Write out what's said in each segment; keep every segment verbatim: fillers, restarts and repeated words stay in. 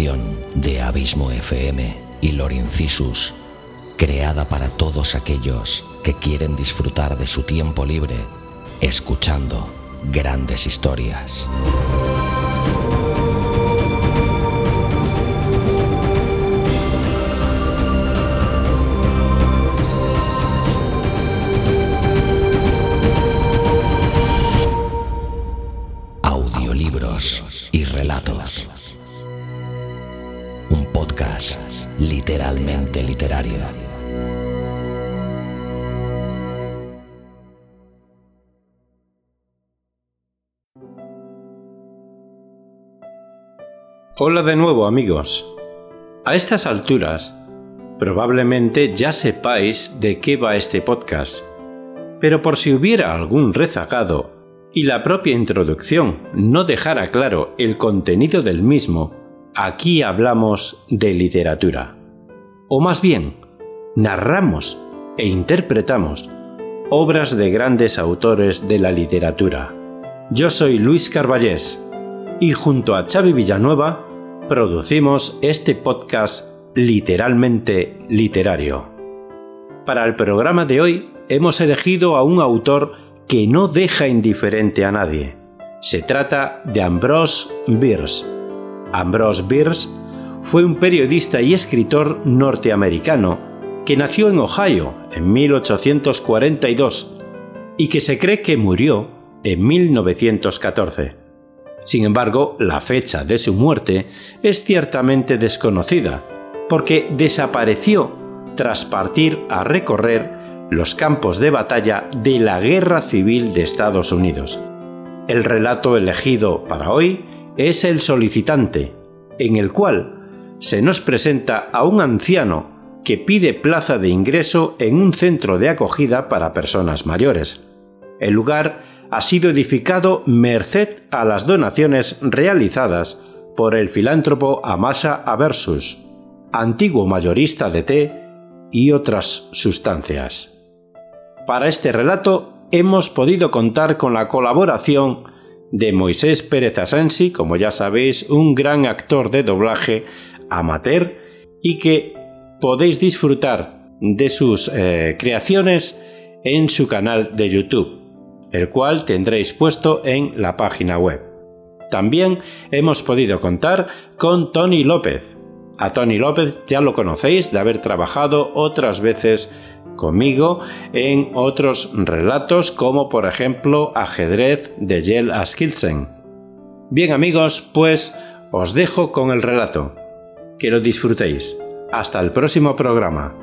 producción de Abismo F M y Lorincisus, creada para todos aquellos que quieren disfrutar de su tiempo libre escuchando grandes historias. Audiolibros y relatos. Un podcast literalmente literario. Hola de nuevo, amigos. A estas alturas, probablemente ya sepáis de qué va este podcast, pero por si hubiera algún rezagado y la propia introducción no dejara claro el contenido del mismo, aquí hablamos de literatura. O más bien, narramos e interpretamos obras de grandes autores de la literatura. Yo soy Luis Carballés y junto a Xavi Villanueva producimos este podcast literalmente literario. Para el programa de hoy hemos elegido a un autor que no deja indiferente a nadie. Se trata de Ambrose Bierce. Ambrose Bierce fue un periodista y escritor norteamericano que nació en Ohio en mil ochocientos cuarenta y dos y que se cree que murió en mil novecientos catorce. Sin embargo, la fecha de su muerte es ciertamente desconocida, porque desapareció tras partir a recorrer los campos de batalla de la Guerra Civil de Estados Unidos. El relato elegido para hoy es El solicitante, en el cual se nos presenta a un anciano que pide plaza de ingreso en un centro de acogida para personas mayores. El lugar ha sido edificado merced a las donaciones realizadas por el filántropo Amasa Aversus, antiguo mayorista de té y otras sustancias. Para este relato hemos podido contar con la colaboración de Moisés Pérez Asensi, como ya sabéis, un gran actor de doblaje amateur y que podéis disfrutar de sus eh, creaciones en su canal de YouTube, el cual tendréis puesto en la página web. También hemos podido contar con Tony López. A Tony López ya lo conocéis de haber trabajado otras veces conmigo en otros relatos, como por ejemplo Ajedrez de Jell Askildsen. Bien, amigos, pues os dejo con el relato. Que lo disfrutéis. Hasta el próximo programa.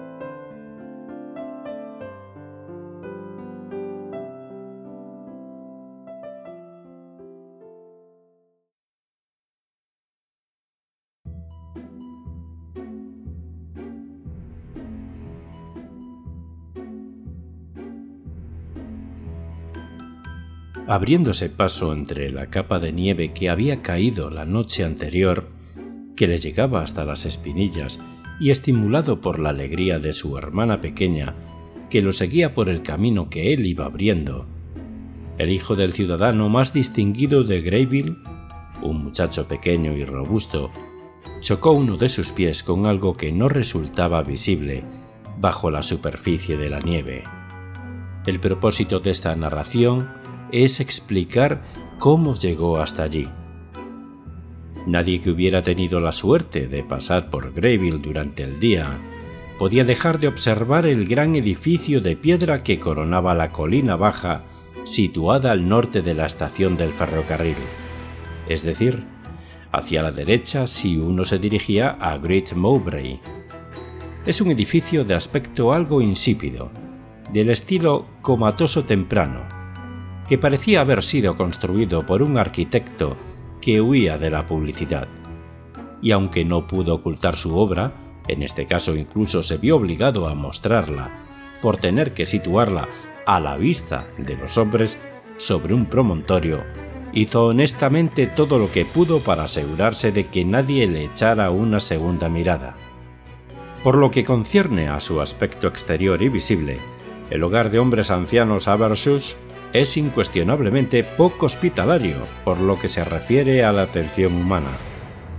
Abriéndose paso entre la capa de nieve que había caído la noche anterior, que le llegaba hasta las espinillas, y estimulado por la alegría de su hermana pequeña, que lo seguía por el camino que él iba abriendo, el hijo del ciudadano más distinguido de Greyville, un muchacho pequeño y robusto, chocó uno de sus pies con algo que no resultaba visible bajo la superficie de la nieve. El propósito de esta narración es explicar cómo llegó hasta allí. Nadie que hubiera tenido la suerte de pasar por Greyville durante el día podía dejar de observar el gran edificio de piedra que coronaba la colina baja situada al norte de la estación del ferrocarril, es decir, hacia la derecha si uno se dirigía a Great Mowbray. Es un edificio de aspecto algo insípido, del estilo comatoso temprano, que parecía haber sido construido por un arquitecto que huía de la publicidad. Y aunque no pudo ocultar su obra, en este caso incluso se vio obligado a mostrarla, por tener que situarla a la vista de los hombres sobre un promontorio, hizo honestamente todo lo que pudo para asegurarse de que nadie le echara una segunda mirada. Por lo que concierne a su aspecto exterior y visible, el hogar de hombres ancianos Aversus es incuestionablemente poco hospitalario por lo que se refiere a la atención humana.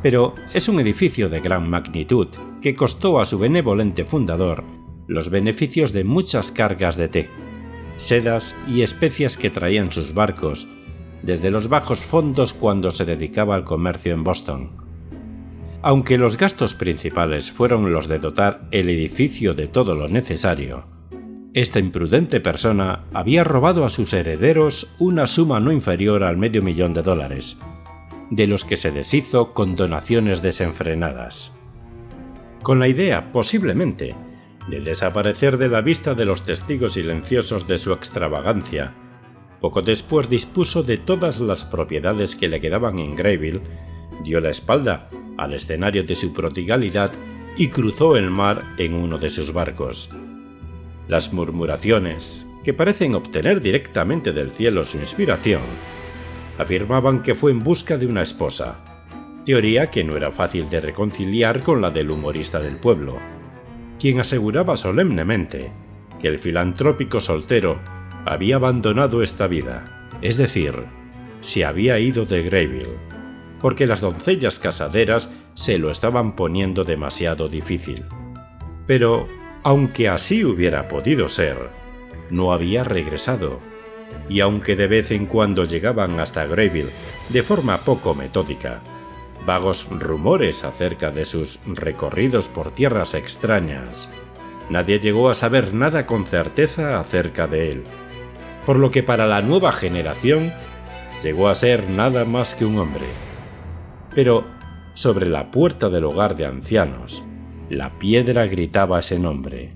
Pero es un edificio de gran magnitud que costó a su benevolente fundador los beneficios de muchas cargas de té, sedas y especias que traían sus barcos desde los bajos fondos cuando se dedicaba al comercio en Boston. Aunque los gastos principales fueron los de dotar el edificio de todo lo necesario, esta imprudente persona había robado a sus herederos una suma no inferior al medio millón de dólares, de los que se deshizo con donaciones desenfrenadas. Con la idea, posiblemente, de desaparecer de la vista de los testigos silenciosos de su extravagancia, poco después dispuso de todas las propiedades que le quedaban en Greyville, dio la espalda al escenario de su prodigalidad y cruzó el mar en uno de sus barcos. Las murmuraciones, que parecen obtener directamente del cielo su inspiración, afirmaban que fue en busca de una esposa, teoría que no era fácil de reconciliar con la del humorista del pueblo, quien aseguraba solemnemente que el filantrópico soltero había abandonado esta vida, es decir, se había ido de Greyville, porque las doncellas casaderas se lo estaban poniendo demasiado difícil. Pero, aunque así hubiera podido ser, no había regresado, y aunque de vez en cuando llegaban hasta Greyville de forma poco metódica, vagos rumores acerca de sus recorridos por tierras extrañas, nadie llegó a saber nada con certeza acerca de él, por lo que para la nueva generación llegó a ser nada más que un hombre. Pero sobre la puerta del hogar de ancianos, la piedra gritaba ese nombre.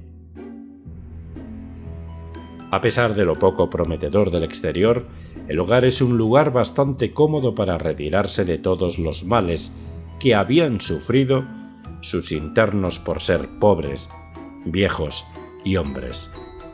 A pesar de lo poco prometedor del exterior, el hogar es un lugar bastante cómodo para retirarse de todos los males que habían sufrido sus internos por ser pobres, viejos y hombres.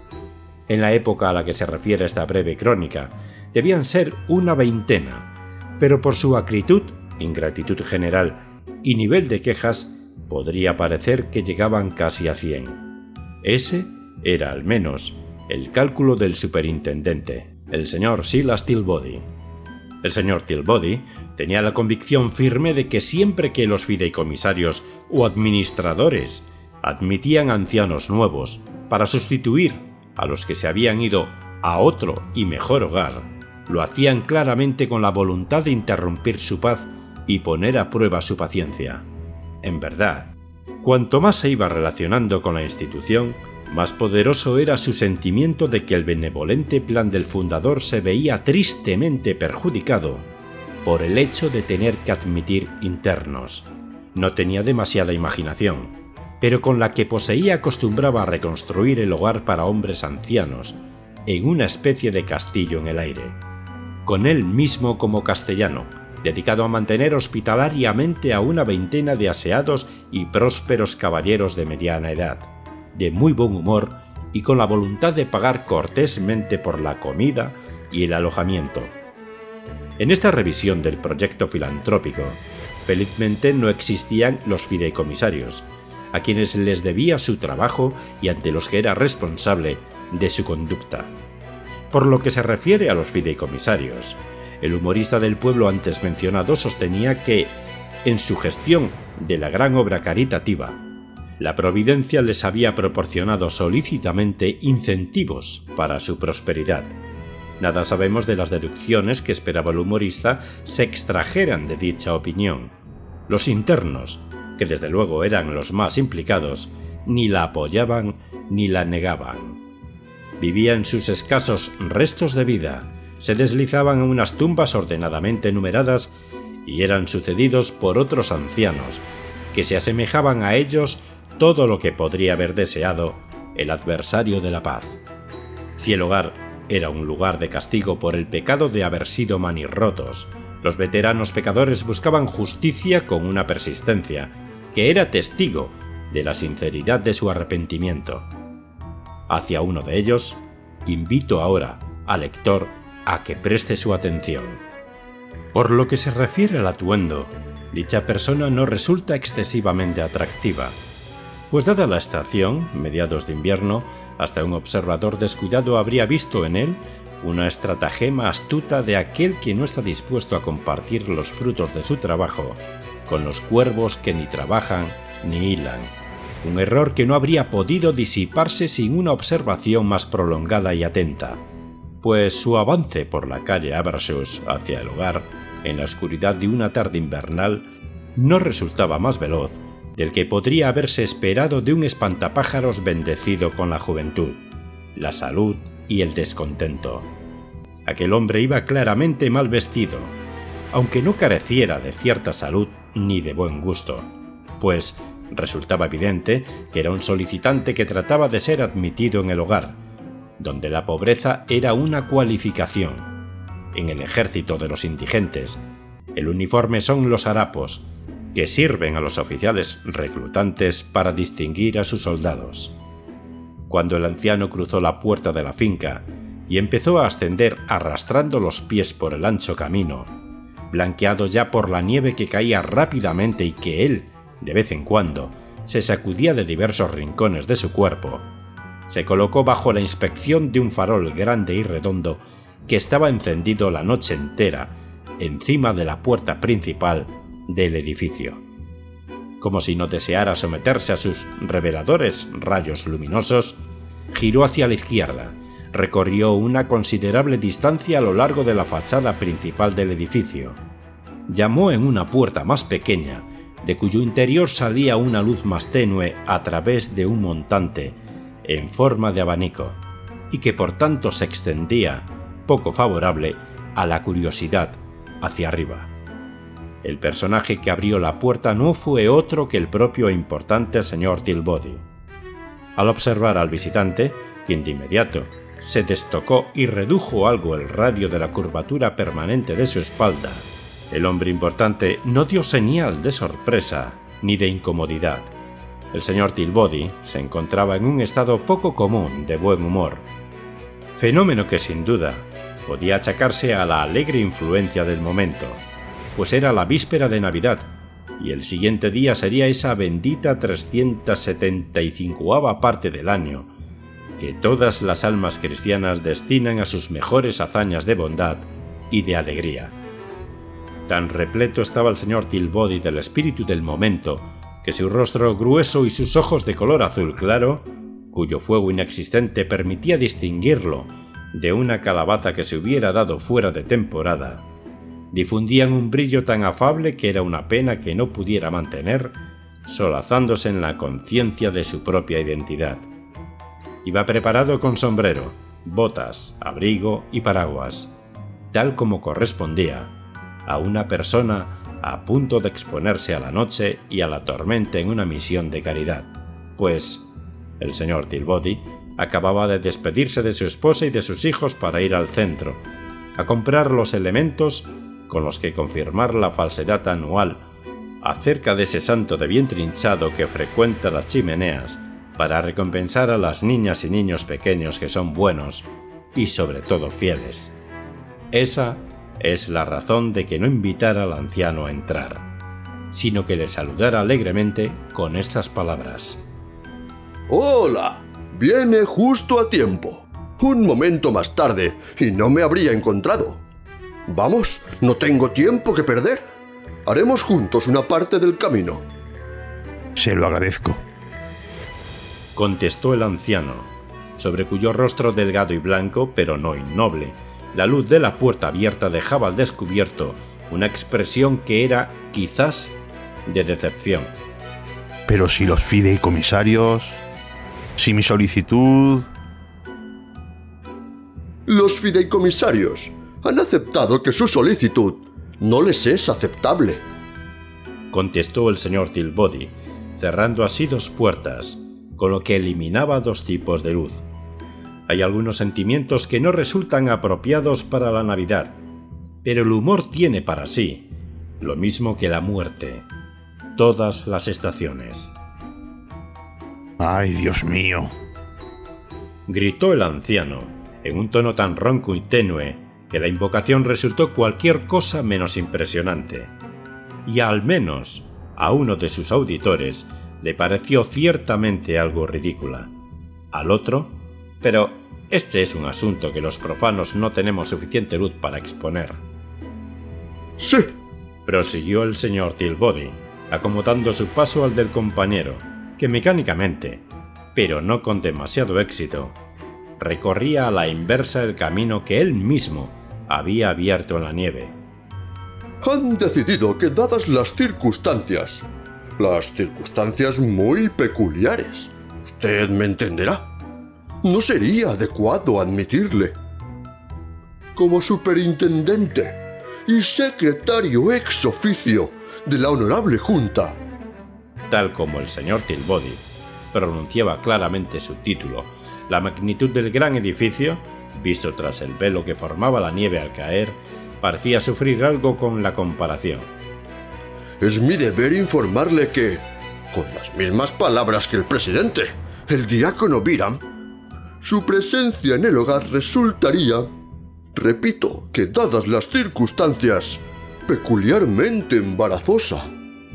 En la época a la que se refiere esta breve crónica, debían ser una veintena, pero por su acritud, ingratitud general y nivel de quejas, podría parecer que llegaban casi a cien. Ese era, al menos, el cálculo del superintendente, el señor Silas Tilbody. El señor Tilbody tenía la convicción firme de que siempre que los fideicomisarios o administradores admitían ancianos nuevos para sustituir a los que se habían ido a otro y mejor hogar, lo hacían claramente con la voluntad de interrumpir su paz y poner a prueba su paciencia. En verdad, cuanto más se iba relacionando con la institución, más poderoso era su sentimiento de que el benevolente plan del fundador se veía tristemente perjudicado por el hecho de tener que admitir internos. No tenía demasiada imaginación, pero con la que poseía acostumbraba a reconstruir el hogar para hombres ancianos en una especie de castillo en el aire, con él mismo como castellano, dedicado a mantener hospitalariamente a una veintena de aseados y prósperos caballeros de mediana edad, de muy buen humor y con la voluntad de pagar cortésmente por la comida y el alojamiento. En esta revisión del proyecto filantrópico, felizmente no existían los fideicomisarios, a quienes les debía su trabajo y ante los que era responsable de su conducta. Por lo que se refiere a los fideicomisarios, el humorista del pueblo antes mencionado sostenía que, en su gestión de la gran obra caritativa, la providencia les había proporcionado solícitamente incentivos para su prosperidad. Nada sabemos de las deducciones que esperaba el humorista se extrajeran de dicha opinión. Los internos, que desde luego eran los más implicados, ni la apoyaban ni la negaban. Vivían sus escasos restos de vida, se deslizaban en unas tumbas ordenadamente numeradas y eran sucedidos por otros ancianos, que se asemejaban a ellos todo lo que podría haber deseado el adversario de la paz. Si el hogar era un lugar de castigo por el pecado de haber sido manirrotos, los veteranos pecadores buscaban justicia con una persistencia que era testigo de la sinceridad de su arrepentimiento. Hacia uno de ellos, invito ahora al lector a que preste su atención. Por lo que se refiere al atuendo, dicha persona no resulta excesivamente atractiva, pues dada la estación, mediados de invierno, hasta un observador descuidado habría visto en él una estratagema astuta de aquel que no está dispuesto a compartir los frutos de su trabajo con los cuervos que ni trabajan ni hilan, un error que no habría podido disiparse sin una observación más prolongada y atenta, pues su avance por la calle Abershus hacia el hogar, en la oscuridad de una tarde invernal, no resultaba más veloz del que podría haberse esperado de un espantapájaros bendecido con la juventud, la salud y el descontento. Aquel hombre iba claramente mal vestido, aunque no careciera de cierta salud ni de buen gusto, pues resultaba evidente que era un solicitante que trataba de ser admitido en el hogar, donde la pobreza era una cualificación. En el ejército de los indigentes, el uniforme son los harapos, que sirven a los oficiales reclutantes para distinguir a sus soldados. Cuando el anciano cruzó la puerta de la finca y empezó a ascender arrastrando los pies por el ancho camino, blanqueado ya por la nieve que caía rápidamente y que él, de vez en cuando, se sacudía de diversos rincones de su cuerpo, se colocó bajo la inspección de un farol grande y redondo que estaba encendido la noche entera encima de la puerta principal del edificio. Como si no deseara someterse a sus reveladores rayos luminosos, giró hacia la izquierda, recorrió una considerable distancia a lo largo de la fachada principal del edificio, llamó en una puerta más pequeña, de cuyo interior salía una luz más tenue a través de un montante en forma de abanico, y que por tanto se extendía, poco favorable, a la curiosidad hacia arriba. El personaje que abrió la puerta no fue otro que el propio e importante señor Tilbody. Al observar al visitante, quien de inmediato se destocó y redujo algo el radio de la curvatura permanente de su espalda, el hombre importante no dio señal de sorpresa ni de incomodidad. El señor Tilbody se encontraba en un estado poco común de buen humor, fenómeno que sin duda podía achacarse a la alegre influencia del momento, pues era la víspera de Navidad, y el siguiente día sería esa bendita trescientos setenta y cincoava parte del año, que todas las almas cristianas destinan a sus mejores hazañas de bondad y de alegría. Tan repleto estaba el señor Tilbody del espíritu del momento, que su rostro grueso y sus ojos de color azul claro, cuyo fuego inexistente permitía distinguirlo de una calabaza que se hubiera dado fuera de temporada, difundían un brillo tan afable que era una pena que no pudiera mantener, solazándose en la conciencia de su propia identidad. Iba preparado con sombrero, botas, abrigo y paraguas, tal como correspondía a una persona a punto de exponerse a la noche y a la tormenta en una misión de caridad, pues el señor Tilbody acababa de despedirse de su esposa y de sus hijos para ir al centro, a comprar los elementos con los que confirmar la falsedad anual acerca de ese santo de vientre hinchado que frecuenta las chimeneas para recompensar a las niñas y niños pequeños que son buenos y sobre todo fieles. Esa es la razón de que no invitara al anciano a entrar, sino que le saludara alegremente con estas palabras: «Hola, viene justo a tiempo. Un momento más tarde y no me habría encontrado. Vamos, no tengo tiempo que perder. Haremos juntos una parte del camino». «Se lo agradezco», contestó el anciano, sobre cuyo rostro delgado y blanco, pero no innoble, la luz de la puerta abierta dejaba al descubierto una expresión que era, quizás, de decepción. «Pero si los fideicomisarios... si mi solicitud...» «Los fideicomisarios han aceptado que su solicitud no les es aceptable», contestó el señor Tilbody, cerrando así dos puertas, con lo que eliminaba dos tipos de luz. Hay algunos sentimientos que no resultan apropiados para la Navidad, pero el humor tiene para sí, lo mismo que la muerte, todas las estaciones. «¡Ay, Dios mío!», gritó el anciano, en un tono tan ronco y tenue que la invocación resultó cualquier cosa menos impresionante, y al menos a uno de sus auditores le pareció ciertamente algo ridícula. Al otro, pero este es un asunto que los profanos no tenemos suficiente luz para exponer. «Sí, prosiguió el señor Tilbody, acomodando su paso al del compañero, que mecánicamente, pero no con demasiado éxito, recorría a la inversa el camino que él mismo había abierto en la nieve. Han decidido que, dadas las circunstancias, las circunstancias muy peculiares, usted me entenderá, no sería adecuado admitirle como superintendente y secretario ex oficio de la Honorable Junta. Tal como el señor Tilbody pronunciaba claramente su título, la magnitud del gran edificio, visto tras el velo que formaba la nieve al caer, parecía sufrir algo con la comparación. Es mi deber informarle que, con las mismas palabras que el presidente, el diácono Biram, su presencia en el hogar resultaría, repito, que dadas las circunstancias, peculiarmente embarazosa.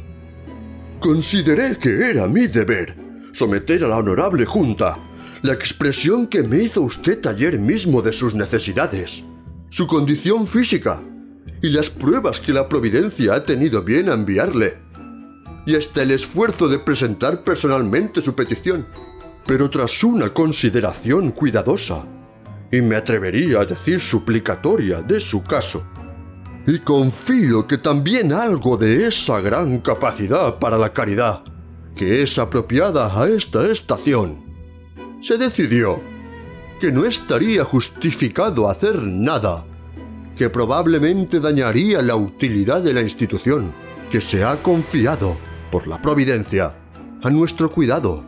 Consideré que era mi deber someter a la Honorable Junta la expresión que me hizo usted ayer mismo de sus necesidades, su condición física y las pruebas que la Providencia ha tenido bien a enviarle, y hasta el esfuerzo de presentar personalmente su petición, pero tras una consideración cuidadosa, y me atrevería a decir suplicatoria de su caso. Y confío que también algo de esa gran capacidad para la caridad, que es apropiada a esta estación, se decidió que no estaría justificado hacer nada que probablemente dañaría la utilidad de la institución que se ha confiado por la Providencia a nuestro cuidado.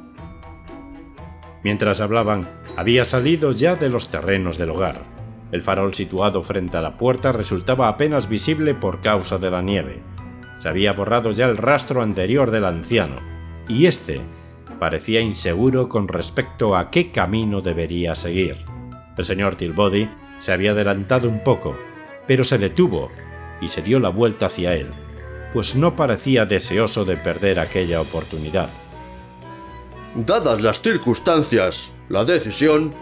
Mientras hablaban, había salido ya de los terrenos del hogar. El farol situado frente a la puerta resultaba apenas visible por causa de la nieve. Se había borrado ya el rastro anterior del anciano, y éste parecía inseguro con respecto a qué camino debería seguir. El señor Tilbody se había adelantado un poco, pero se detuvo y se dio la vuelta hacia él, pues no parecía deseoso de perder aquella oportunidad. Dadas las circunstancias, la decisión...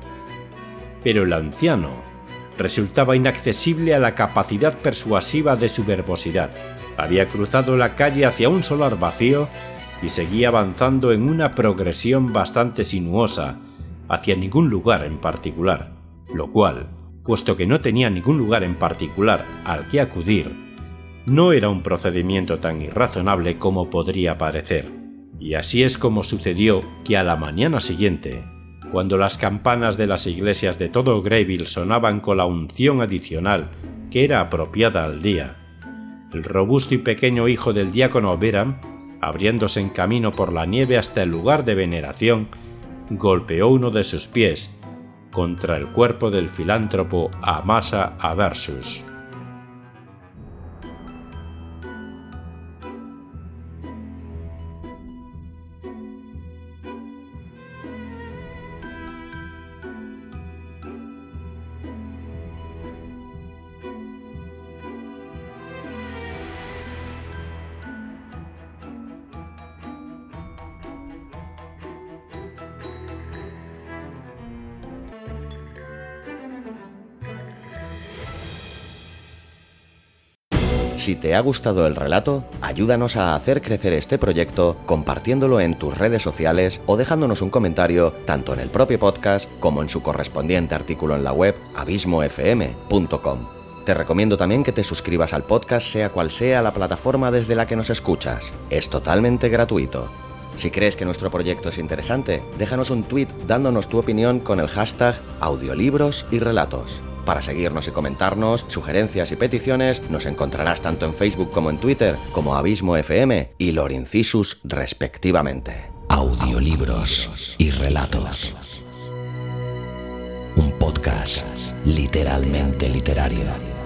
Pero el anciano resultaba inaccesible a la capacidad persuasiva de su verbosidad. Había cruzado la calle hacia un solar vacío y seguía avanzando en una progresión bastante sinuosa hacia ningún lugar en particular, lo cual, puesto que no tenía ningún lugar en particular al que acudir, no era un procedimiento tan irrazonable como podría parecer. Y así es como sucedió que a la mañana siguiente, cuando las campanas de las iglesias de todo Greyville sonaban con la unción adicional que era apropiada al día, el robusto y pequeño hijo del diácono Biram, abriéndose en camino por la nieve hasta el lugar de veneración, golpeó uno de sus pies contra el cuerpo del filántropo Amasa Aversus. Si te ha gustado el relato, ayúdanos a hacer crecer este proyecto compartiéndolo en tus redes sociales o dejándonos un comentario tanto en el propio podcast como en su correspondiente artículo en la web abismo f m punto com. Te recomiendo también que te suscribas al podcast sea cual sea la plataforma desde la que nos escuchas. Es totalmente gratuito. Si crees que nuestro proyecto es interesante, déjanos un tweet dándonos tu opinión con el hashtag audiolibros y relatos. Para seguirnos y comentarnos, sugerencias y peticiones, nos encontrarás tanto en Facebook como en Twitter, como Abismo F M y Lorincisus respectivamente. Audiolibros y relatos. Un podcast literalmente literario.